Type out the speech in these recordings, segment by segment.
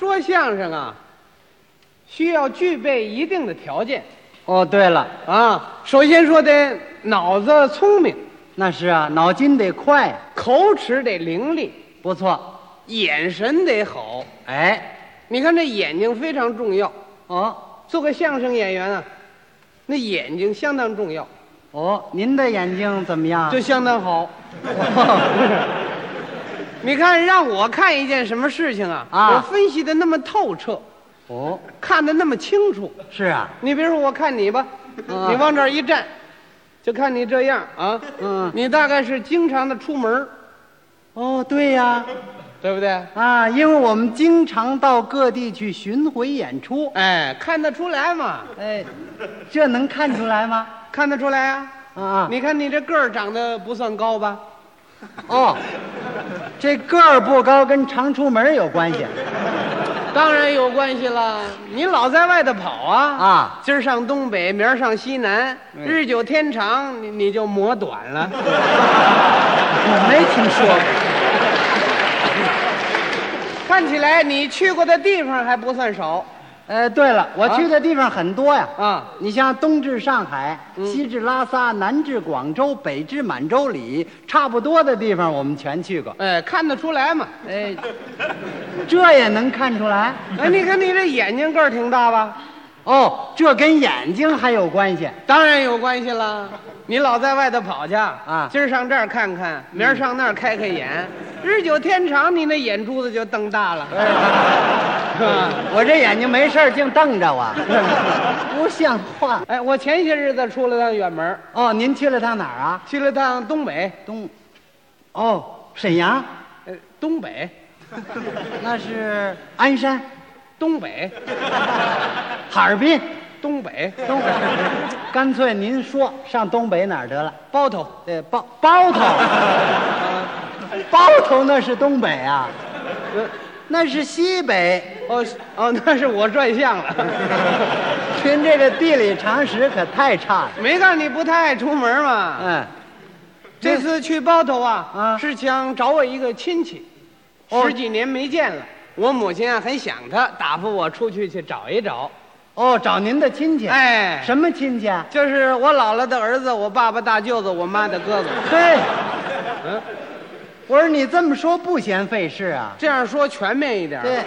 说相声啊，需要具备一定的条件。 哦，对了， 啊，首先说得脑子聪明， 那是啊，脑筋得快， 口齿得伶俐， 不错。 眼神得好。 哎， 你看这眼睛非常重要。 哦做个相声演员啊，那眼睛相当重要， 哦，您的眼睛怎么样？ 就相当好。你看，让我看一件什么事情啊，我分析的那么透彻， 哦， 看得那么清楚。 是啊， 你比如说，我看你吧，你往这儿一站，就看你这样啊，你大概是经常的出门。 哦，对呀， 对不对啊？因为我们经常到各地去巡回演出， 哎，看得出来嘛？ 哎，这能看出来吗？ 看得出来啊！ 啊， 你看你这个儿长得不算高吧？ 哦，这个儿不高跟常出门有关系？ 当然有关系了。你老在外头跑啊， 今儿上东北，明儿上西南，日久天长，你就磨短了。 我没听说过。 看起来你去过的地方还不算少。 对了，我去的地方很多呀。 啊， 你像东至上海，西至拉萨，南至广州，北至满洲里，差不多的地方我们全去过。 哎，看得出来嘛？ 哎，这也能看出来？ 哎，你看你这眼睛个儿挺大吧？ 哦，这跟眼睛还有关系？ 当然有关系了。你老在外头跑去啊， 今儿上这儿看看，明儿上那儿开开眼，日久天长，你那眼珠子就瞪大了。 我这眼睛没事净瞪着我，不像话。 哎，我前些日子出了趟远门。 哦，您去了趟哪儿啊？ 去了趟东北。 哦，沈阳。 东北。 那是鞍山。 东北。 哈尔滨。 东北。 干脆您说上东北哪儿得了？ 包头。 包头。包头那是东北啊。那是西北。 哦，那是我转向了。 您这个地理常识可太差了。 没看你不太爱出门嘛。这次去包头是想找我一个亲戚，10几年没见了。我母亲很想他，打发我出去找一找。 哦，找您的亲戚。 哎， 什么亲戚啊？ 就是我姥姥的儿子，我爸爸大舅子，我妈的哥哥。 嘿，我说你这么说不嫌费事啊？ 这样说全面一点。 对，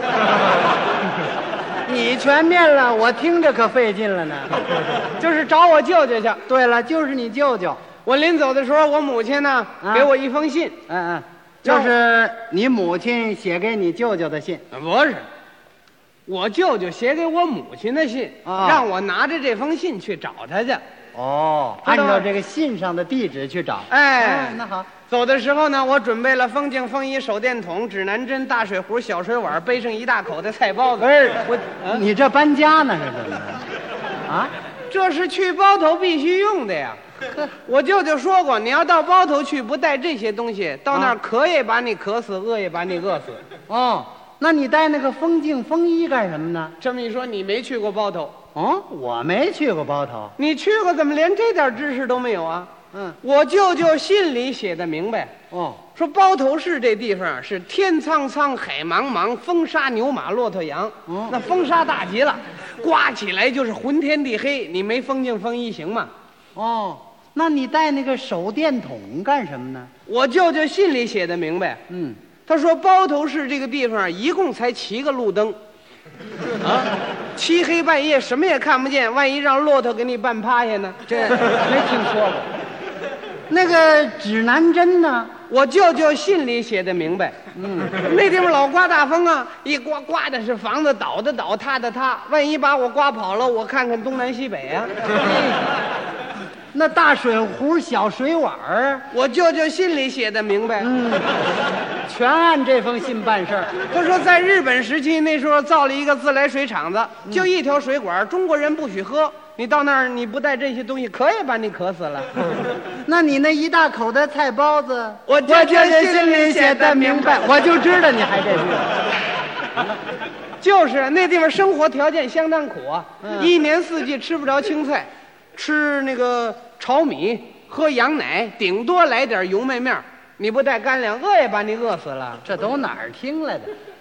你全面了，我听着可费劲了呢。 就是找我舅舅去。 对了，就是你舅舅。 我临走的时候，我母亲呢给我一封信。 就是你母亲写给你舅舅的信。 不是，我舅舅写给我母亲的信，让我拿着这封信去找他去。 哦，按照这个信上的地址去找。 哎， 那好。 走的时候呢，我准备了风镜、风衣、手电筒、指南针、大水壶、小水碗，背上一大口的菜包子。 你这搬家呢是怎么着？啊， 这是去包头必须用的呀。我舅舅说过，你要到包头去不带这些东西，到那儿渴也把你渴死，饿也把你饿死。 哦，那你带那个风镜、风衣干什么呢？ 这么一说，你没去过包头。 哦，我没去过包头。 你去过，怎么连这点知识都没有啊？我舅舅信里写的明白。说包头市这地方是天苍苍，海茫茫，风沙牛马骆驼羊。那风沙大极了，刮起来就是昏天地黑，你没风镜风衣行吗？ 那你带那个手电筒干什么呢？ 我舅舅信里写的明白。他说包头市这个地方一共才7个路灯。漆黑半夜什么也看不见，万一让骆驼给你绊趴下呢？这没听说过。 那个指南针呢？ 我舅舅信里写的明白。那地方老刮大风啊，一刮的是房子倒的倒，塌的塌，万一把我刮跑了，我看看东南西北啊。 那大水壶、小水碗我舅舅信里写的明白。 全按这封信办事儿。 他说在日本时期那时候造了一个自来水厂子，就一条水管，中国人不许喝。你到那儿你不带这些东西，可以把你渴死了。 那你那一大口的菜包子， 我舅舅信里写的明白。 我就知道你还这句。 就是那地方生活条件相当苦啊，一年四季吃不着青菜，吃那个炒米，喝羊奶，顶多来点油麦面。你不带干粮，饿也把你饿死了。 这都哪儿听来的？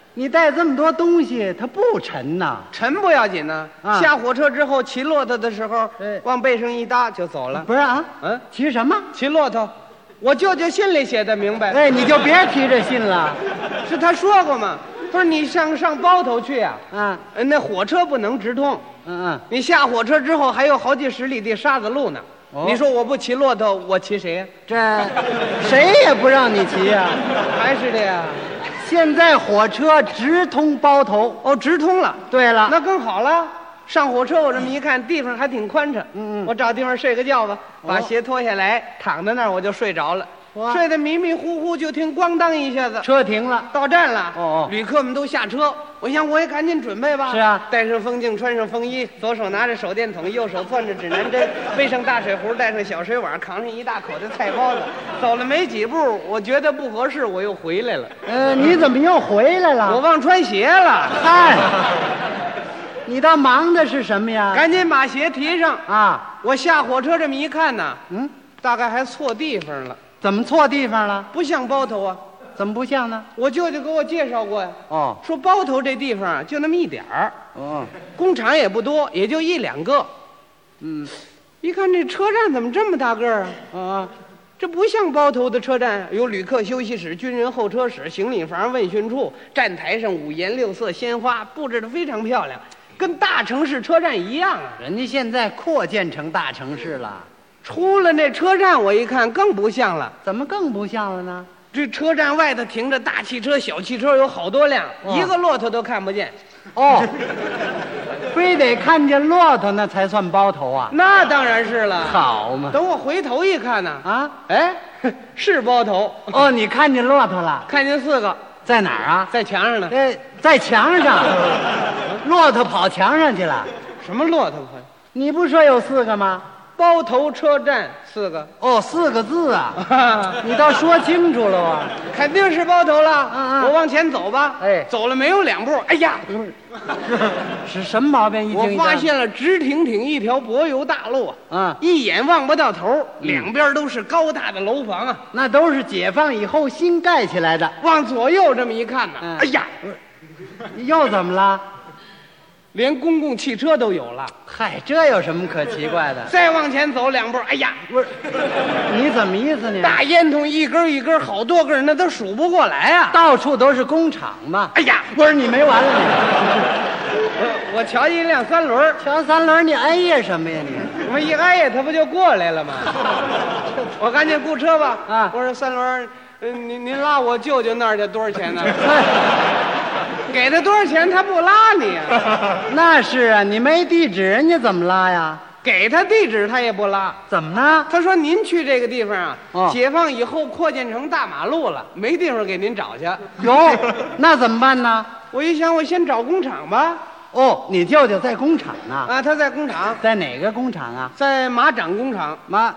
你带这么多东西，它不沉呐。 沉不要紧呢。下火车之后骑骆驼的时候，往背上一搭就走了。 不是啊？骑什么？ 骑骆驼。我舅舅信里写的明白。 哎，你就别提这信了。 是他说过吗？不是你上包头去呀？那火车不能直通。你下火车之后还有好几十里的沙子路呢。你说我不骑骆驼，我骑谁呀？ 这谁也不让你骑呀。 还是的呀。 现在火车直通包头。 哦，直通了。 对了， 那更好了。上火车我这么一看，地方还挺宽敞。我找地方睡个觉吧，把鞋脱下来，躺在那儿我就睡着了。睡得迷迷糊糊，就听咣当一下子， 车停了， 到站了。旅客们都下车，我想我也赶紧准备吧。 是啊， 戴上风镜，穿上风衣，左手拿着手电筒，右手攥着指南针，背上大水壶，带上小水碗，扛上一大口的菜包子。走了没几步，我觉得不合适，我又回来了。 你怎么又回来了？ 我忘穿鞋了。 嗨，你倒忙的是什么呀？ 赶紧把鞋提上啊！ 我下火车这么一看呢，大概还错地方了。 怎么错地方了？ 不像包头啊。 怎么不像呢？ 我舅舅给我介绍过呀。说包头这地方啊，就那么一点儿。工厂也不多，也就1、2个。一看这车站怎么这么大个儿啊？这不像包头的车站，有旅客休息室、军人候车室、行李房、问询处，站台上5颜6色鲜花布置得非常漂亮，跟大城市车站一样啊。 人家现在扩建成大城市了。 出了那车站，我一看更不像了。 怎么更不像了呢？ 这车站外头停着大汽车、小汽车有好多辆，一个骆驼都看不见。 非得看见骆驼那才算包头啊？ 那当然是了。 好嘛！ 等我回头一看呢，是包头。 你看见骆驼了？ 看见4个， 在哪儿啊？ 在墙上呢。 在墙上，骆驼跑墙上去了。 什么骆驼跑？ 你不说有4个吗？ 包头车站4个。 4个字啊！你倒说清楚了啊！ 肯定是包头了。我往前走吧。走了没有2步，哎呀， 是什么毛病？ 我发现了直挺挺一条柏油大路啊！一眼望不到头，两边都是高大的楼房啊！ 那都是解放以后新盖起来的。 往左右这么一看呢，哎呀， 又怎么了？ 连公共汽车都有了。 嗨，这有什么可奇怪的？ 再往前走2步，哎呀， 不是，你怎么意思呢？ 大烟囱一根一根，好多根，那都数不过来啊！ 到处都是工厂嘛。 哎呀， 不是你没完了你！ 我瞧一辆3轮， 瞧3轮，你哎呀什么呀你？ 我一哎呀，他不就过来了吗？我赶紧雇车吧。我说3轮，您拉我舅舅那儿去多少钱呢？给他多少钱，他不拉你呀？ 那是啊，你没地址，人家怎么拉呀？ 给他地址，他也不拉。 怎么呢？ 他说您去这个地方啊，解放以后扩建成大马路了，没地方给您找去。 有，那怎么办呢？ 我一想，我先找工厂吧。 你舅舅在工厂呢？ 啊，他在工厂。 在哪个工厂啊？ 在马掌工厂。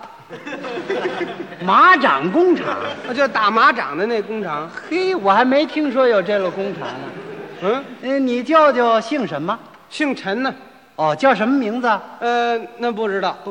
马掌工厂， 就打马掌的那工厂。 嘿，我还没听说有这个工厂呢。你舅舅姓什么？ 姓陈呢。 叫什么名字？ 那不知道。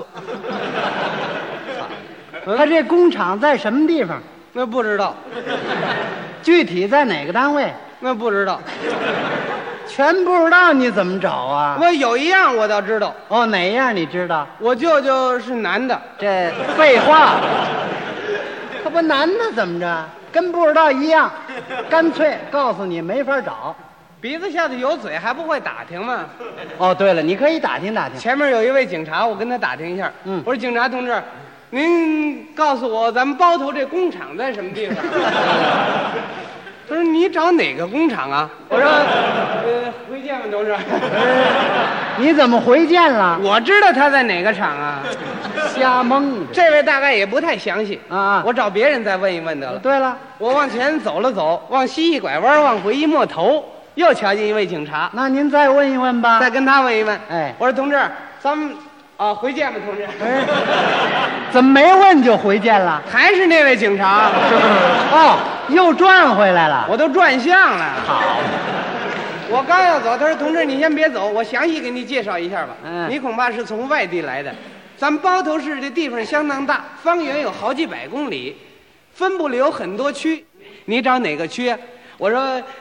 他这工厂在什么地方？ 那不知道。 具体在哪个单位？ 那不知道。 全不知道你怎么找啊？ 我有一样我倒知道。 哪一样你知道？ 我舅舅是男的。 这废话，可不男的怎么着？跟不知道一样，干脆告诉你没法找。 鼻子下头有嘴还不会打听吗？ 对了，你可以打听打听。 前面有一位警察，我跟他打听一下。我说警察同志，您告诉我咱们包头这工厂在什么地方？他说你找哪个工厂啊？我说回见吧，同志。 你怎么回见了？ 我知道他在哪个厂啊。 瞎蒙。 这位大概也不太详细啊， 我找别人再问一问得了。 对了， 我往前走了走，往西一拐弯，往回一摸头，又瞧见一位警察。 那您再问一问吧。 再跟他问一问。 我说同志，咱们回见吧，同志。 怎么没问就回见了？ 还是那位警察。 又转回来了。 我都转向了。 好。 我刚要走，他说同志你先别走，我详细给你介绍一下吧。你恐怕是从外地来的。咱们包头市这地方相当大，方圆有好几百公里，分布里有很多区。你找哪个区啊？我说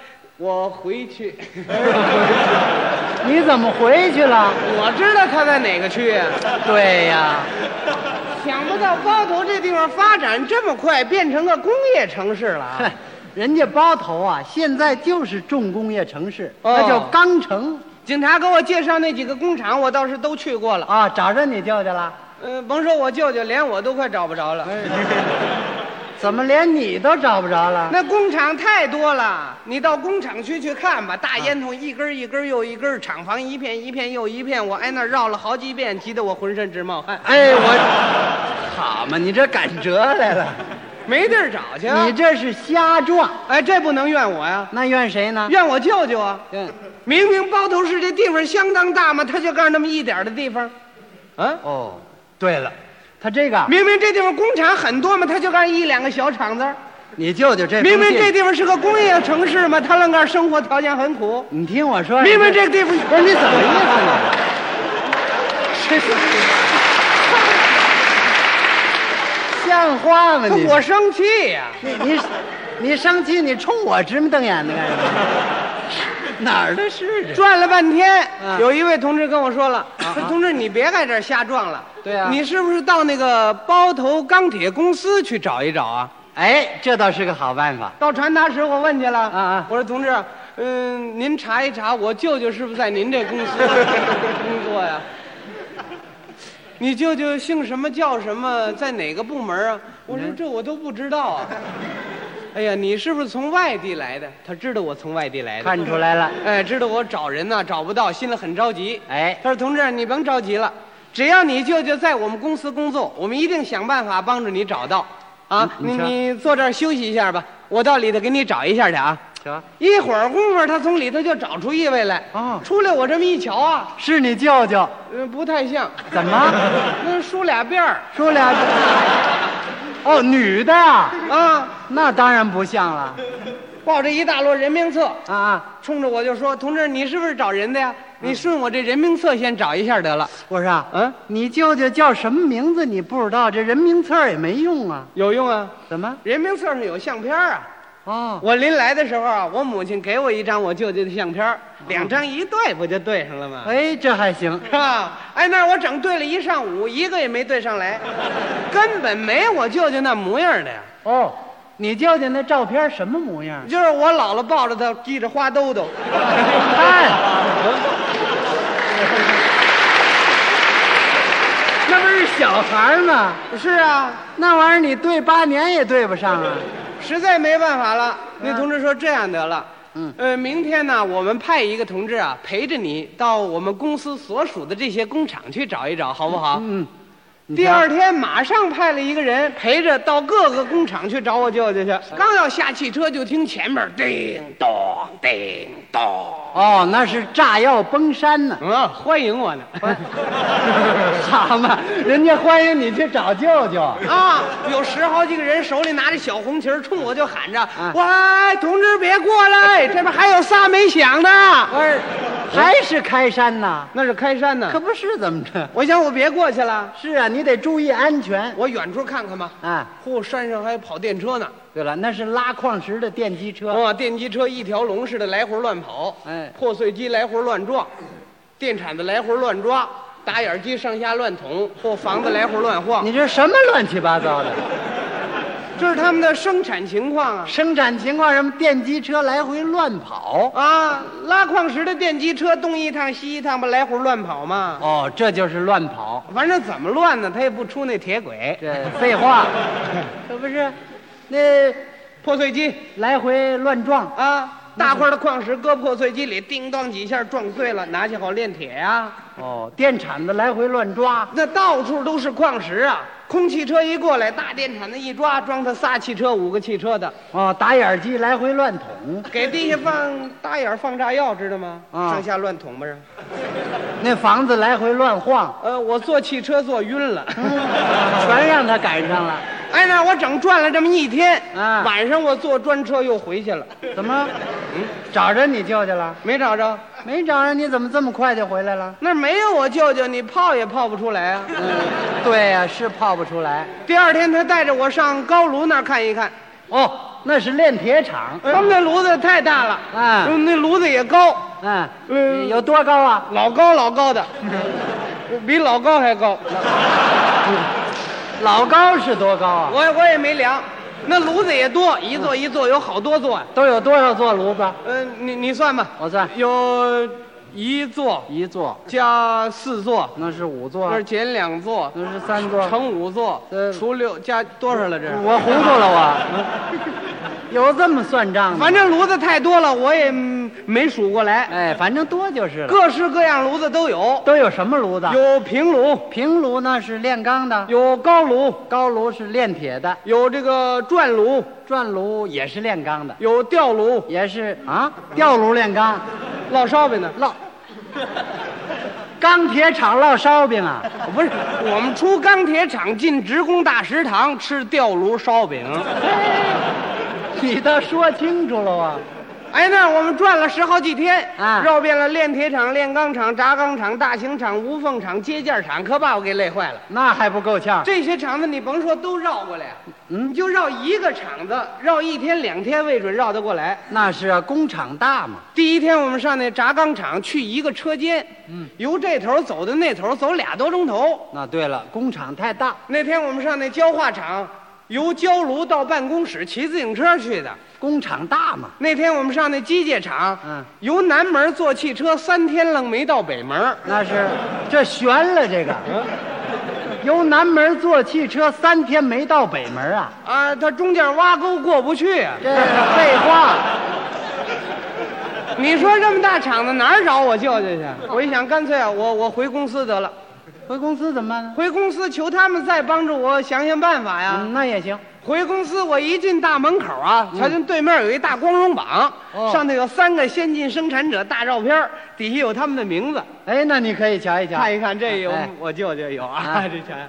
我回去。 你怎么回去了？ 我知道他在哪个区呀？ 对呀， 想不到包头这地方发展这么快，变成个工业城市了啊！ 人家包头啊，现在就是重工业城市， 哦那叫钢城警察给我介绍那几个工厂，我倒是都去过了。 啊。找着你舅舅了？ 甭说我舅舅，连我都快找不着了。 怎么连你都找不着了？ 那工厂太多了，你到工厂区去看吧，大烟囱一根一根又一根，厂房一片一片又一片，我挨那儿绕了好几遍，急得我浑身直冒汗。 哎，好嘛，你这赶折来了， 没地儿找去啊。 你这是瞎撞。 哎，这不能怨我呀， 那怨谁呢？ 怨我舅舅啊。 怨明明包头市这地方相当大嘛，他就干那么一点的地方，啊， 哦，对了，他这个明明这地方工厂很多嘛，他就干一两个小厂子。 你舅舅这明明这地方是个工业城市嘛，他愣干生活条件很苦。 你听我说， 明明这个地方不是你怎么意思呢？像话吗你？ 我生气呀、 你生气，你冲我直目瞪眼的干什么？哪儿的事这？ 转了半天， 啊有一位同志跟我说了，说同志你别在这儿瞎撞了。 对啊你是不是到那个包头钢铁公司去找一找啊？ 哎，这倒是个好办法。 到传达室我问去了， 啊我说同志，您查一查我舅舅是不是在您这公司工作呀？你舅舅姓什么叫什么，在哪个部门啊？我说这我都不知道啊。哎呀，你是不是从外地来的？他知道我从外地来的， 看出来了。 哎，知道我找人呢找不到，心里很着急。 哎， 他说同志你甭着急了，只要你舅舅在我们公司工作，我们一定想办法帮助你找到。啊， 你瞧你坐这儿休息一下吧，我到里头给你找一下去啊。 瞧， 一会儿功夫，他从里头就找出一位来。 哦出来我这么一瞧啊， 是你舅舅？ 不太像。 怎么？ 那梳俩辫儿说俩？哦，女的呀？ 啊， 那当然不像了。 抱着一大摞人名册， 啊， 冲着我就说：“同志，你是不是找人的呀？你顺我这人名册先找一下得了。 我说啊， 嗯， 你舅舅叫什么名字？你不知道，这人名册也没用啊。 有用啊， 怎么？ 人名册上有相片啊。 哦， 我临来的时候啊，我母亲给我一张我舅舅的相片，两张一对，不就对上了吗？ 哎，这还行。 是吧？哎，那我整对了一上午，一个也没对上来，根本没我舅舅那模样的呀。 哦，你舅舅那照片什么模样？ 就是我姥姥抱着他，系着花兜兜。 看，那不是小孩吗？ 是啊， 那玩意儿你对8年也对不上啊。 实在没办法了。那同志说这样得了，明天呢，我们派一个同志啊，陪着你到我们公司所属的这些工厂去找一找，好不好？ 嗯， 第二天马上派了一个人陪着到各个工厂去找我舅舅去。刚要下汽车，就听前面叮咚叮咚。 哦，那是炸药崩山呢。 欢迎我呢。 好嘛，人家欢迎你去找舅舅。 啊，有10好几个人手里拿着小红旗儿冲我就喊着：“喂，同志别过来，这边还有仨没响的。” 不是，还是开山呐？ 那是开山呢。 可不是怎么着？ 我想我别过去了， 是啊，你得注意安全。 我远处看看吧。 啊， 嚯，山上还跑电车呢。 对了，那是拉矿石的电机车。 哇，电机车一条龙似的来回乱跑， 哎破碎机来回乱撞，电铲子来回乱抓，打眼机上下乱捅，或房子来回乱晃。 你这什么乱七八糟的？ 这是他们的生产情况啊！ 生产情况什么？电机车来回乱跑。 啊，拉矿石的电机车东一趟西一趟吧，来回乱跑嘛。 哦，这就是乱跑。 反正怎么乱呢，他也不出那铁轨。 这废话，这不是？那破碎机来回乱撞。 啊，大块的矿石搁破碎机里，叮当几下撞碎了，拿去好炼铁呀。 哦，电铲子来回乱抓。 那到处都是矿石啊！空汽车一过来，大电铲子一抓，装他仨汽车、5个汽车的。 哦，打眼机来回乱捅。 给地下放打眼放炸药，知道吗？ 啊上下乱捅吧是。 那房子来回乱晃。 我坐汽车坐晕了， 全让他赶上了。 哎，那我整转了这么一天， 啊晚上我坐专车又回去了， 怎么？找着你舅舅了？ 没找着。 没找着，你怎么这么快就回来了？ 那没有我舅舅，你泡也泡不出来啊。 对呀、是泡不出来。 第二天他带着我上高炉那儿看一看。 哦， 那是炼铁厂。 他们那炉子太大了，那炉子也高， 有多高啊？ 老高老高的，比老高还高。 老高是多高啊？ 我也没量。那炉子也多，一座一座有好多座啊。 都有多少座炉子？ 你算吧。 我算。 有一座加4座， 那是5座。 那是减2座， 那是3座， 乘5座，除6加多少了？这我糊涂了我。有这么算账的？ 反正炉子太多了，我也没数过来。 哎，反正多就是了。 各式各样炉子都有。 都有什么炉子？ 有平炉， 平炉那是炼钢的； 有高炉， 高炉是炼铁的； 有这个转炉， 转炉也是炼钢的； 有吊炉， 也是啊，吊炉炼钢， 烙烧饼的烙。钢铁厂烙烧饼啊？ 不是，我们出钢铁厂进职工大食堂吃吊炉烧饼。 你倒说清楚了啊！ 哎，那我们转了10好几天啊， 绕遍了炼铁厂、炼钢厂、轧钢厂、大型厂、无缝厂、接件厂，可把我给累坏了。 那还不够呛？ 这些厂子你甭说都绕过来，你就绕一个厂子，绕1天2天未准绕得过来。 那是啊，工厂大嘛。 第一天我们上那轧钢厂去一个车间，由这头走到那头，走2多钟头。 那对了，工厂太大。 那天我们上那焦化厂，由焦炉到办公室骑自行车去的。 工厂大嘛。 那天我们上那机械厂，由南门坐汽车3天愣没到北门。 那是，这悬了这个。由南门坐汽车3天没到北门啊？ 啊，他中间挖沟过不去啊。 这废话。 你说这么大厂子哪儿找我舅舅去？我一想，干脆啊，我回公司得了。 回公司怎么办呢？ 回公司求他们再帮助我想想办法呀。 那也行。 回公司我一进大门口啊，瞧见对面有一大光荣榜，上头有3个先进生产者大照片，底下有他们的名字。 哎，那你可以瞧一瞧， 看一看，这有我舅舅有啊，这瞧。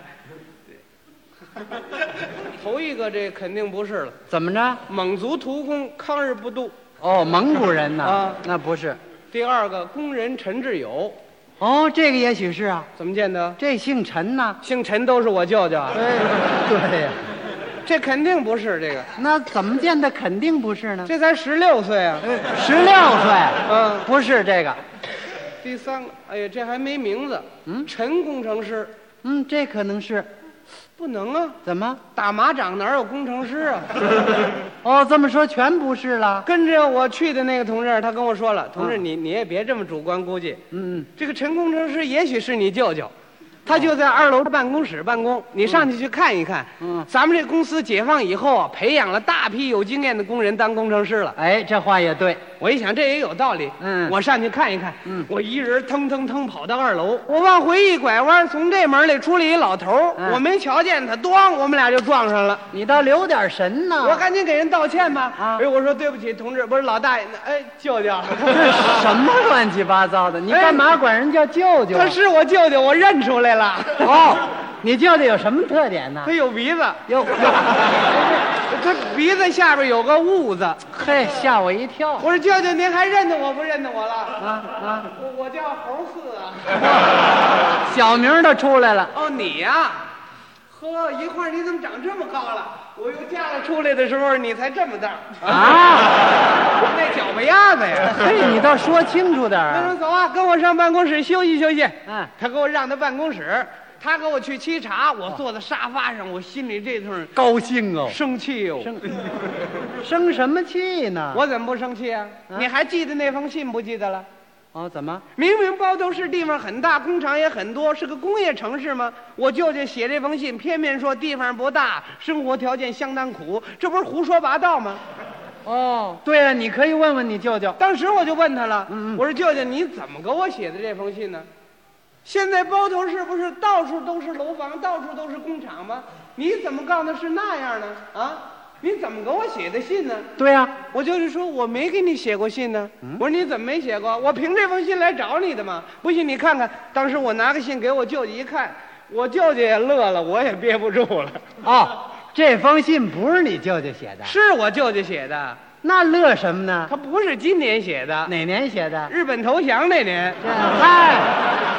头一个这肯定不是了。 怎么着？ 蒙族屠工抗日不度。 哦，蒙古人呐。那不是。 第2个工人陈志友。 哦，这个也许是啊。 怎么见得？ 这姓陈呐。 姓陈都是我舅舅。 对呀。 这肯定不是这个。 那怎么见的肯定不是呢？ 这才16岁啊 ！16岁。不是这个。 第3个，哎呀，这还没名字。陈工程师。 这可能是。 不能啊！ 怎么？ 打马掌哪有工程师啊？ 哦，这么说全不是了。 跟着我去的那个同志，他跟我说了，同志你也别这么主观估计。这个陈工程师也许是你舅舅。他就在2楼的办公室办公，你上去看一看。咱们这公司解放以后啊，培养了大批有经验的工人当工程师了。 哎，这话也对。 我一想这也有道理。我上去看一看。我一人腾腾腾跑到2楼，我往回一拐弯，从这门里出来一老头，我没瞧见他，咣，我们俩就撞上了。 你倒留点神呢。 我赶紧给人道歉吧。哎，我说对不起，同志，不是老大爷，哎，舅舅。 什么乱七八糟的？你干嘛管人叫舅舅？ 他是我舅舅，我认出来了。 哦，你舅舅有什么特点呢？ 他有鼻子， 有， 他鼻子下边有个痦子。 嘿，吓我一跳！ 我说舅舅，您还认得我不认得我了？我叫猴四啊。 小名都出来了。 哦，你呀，呵，一会儿你怎么长这么高了？我又嫁了出来的时候，你才这么大啊！那脚巴丫子呀！ 嘿，你倒说清楚点啊！ 那说走啊，跟我上办公室休息休息。他给我让到办公室，他给我去沏茶，我坐在沙发上，我心里这通高兴哦， 生气哟！ 生什么气呢？ 我怎么不生气啊？你还记得那封信不记得了？ 哦，怎么？ 明明包头市地方很大，工厂也很多，是个工业城市吗？我舅舅写这封信，偏偏说地方不大，生活条件相当苦，这不是胡说八道吗？ 哦，对了，你可以问问你舅舅。 当时我就问他了，我说舅舅，你怎么给我写的这封信呢？现在包头市不是到处都是楼房，到处都是工厂吗？你怎么告诉是那样呢？啊？你怎么给我写的信呢？ 对呀， 我就是说我没给你写过信呢。我说你怎么没写过？我凭这封信来找你的嘛。不信你看看，当时我拿个信给我舅舅一看，我舅舅也乐了，我也憋不住了。 哦，这封信不是你舅舅写的？ 是我舅舅写的。 那乐什么呢？ 他不是今年写的。 哪年写的？ 日本投降那年。 嗨。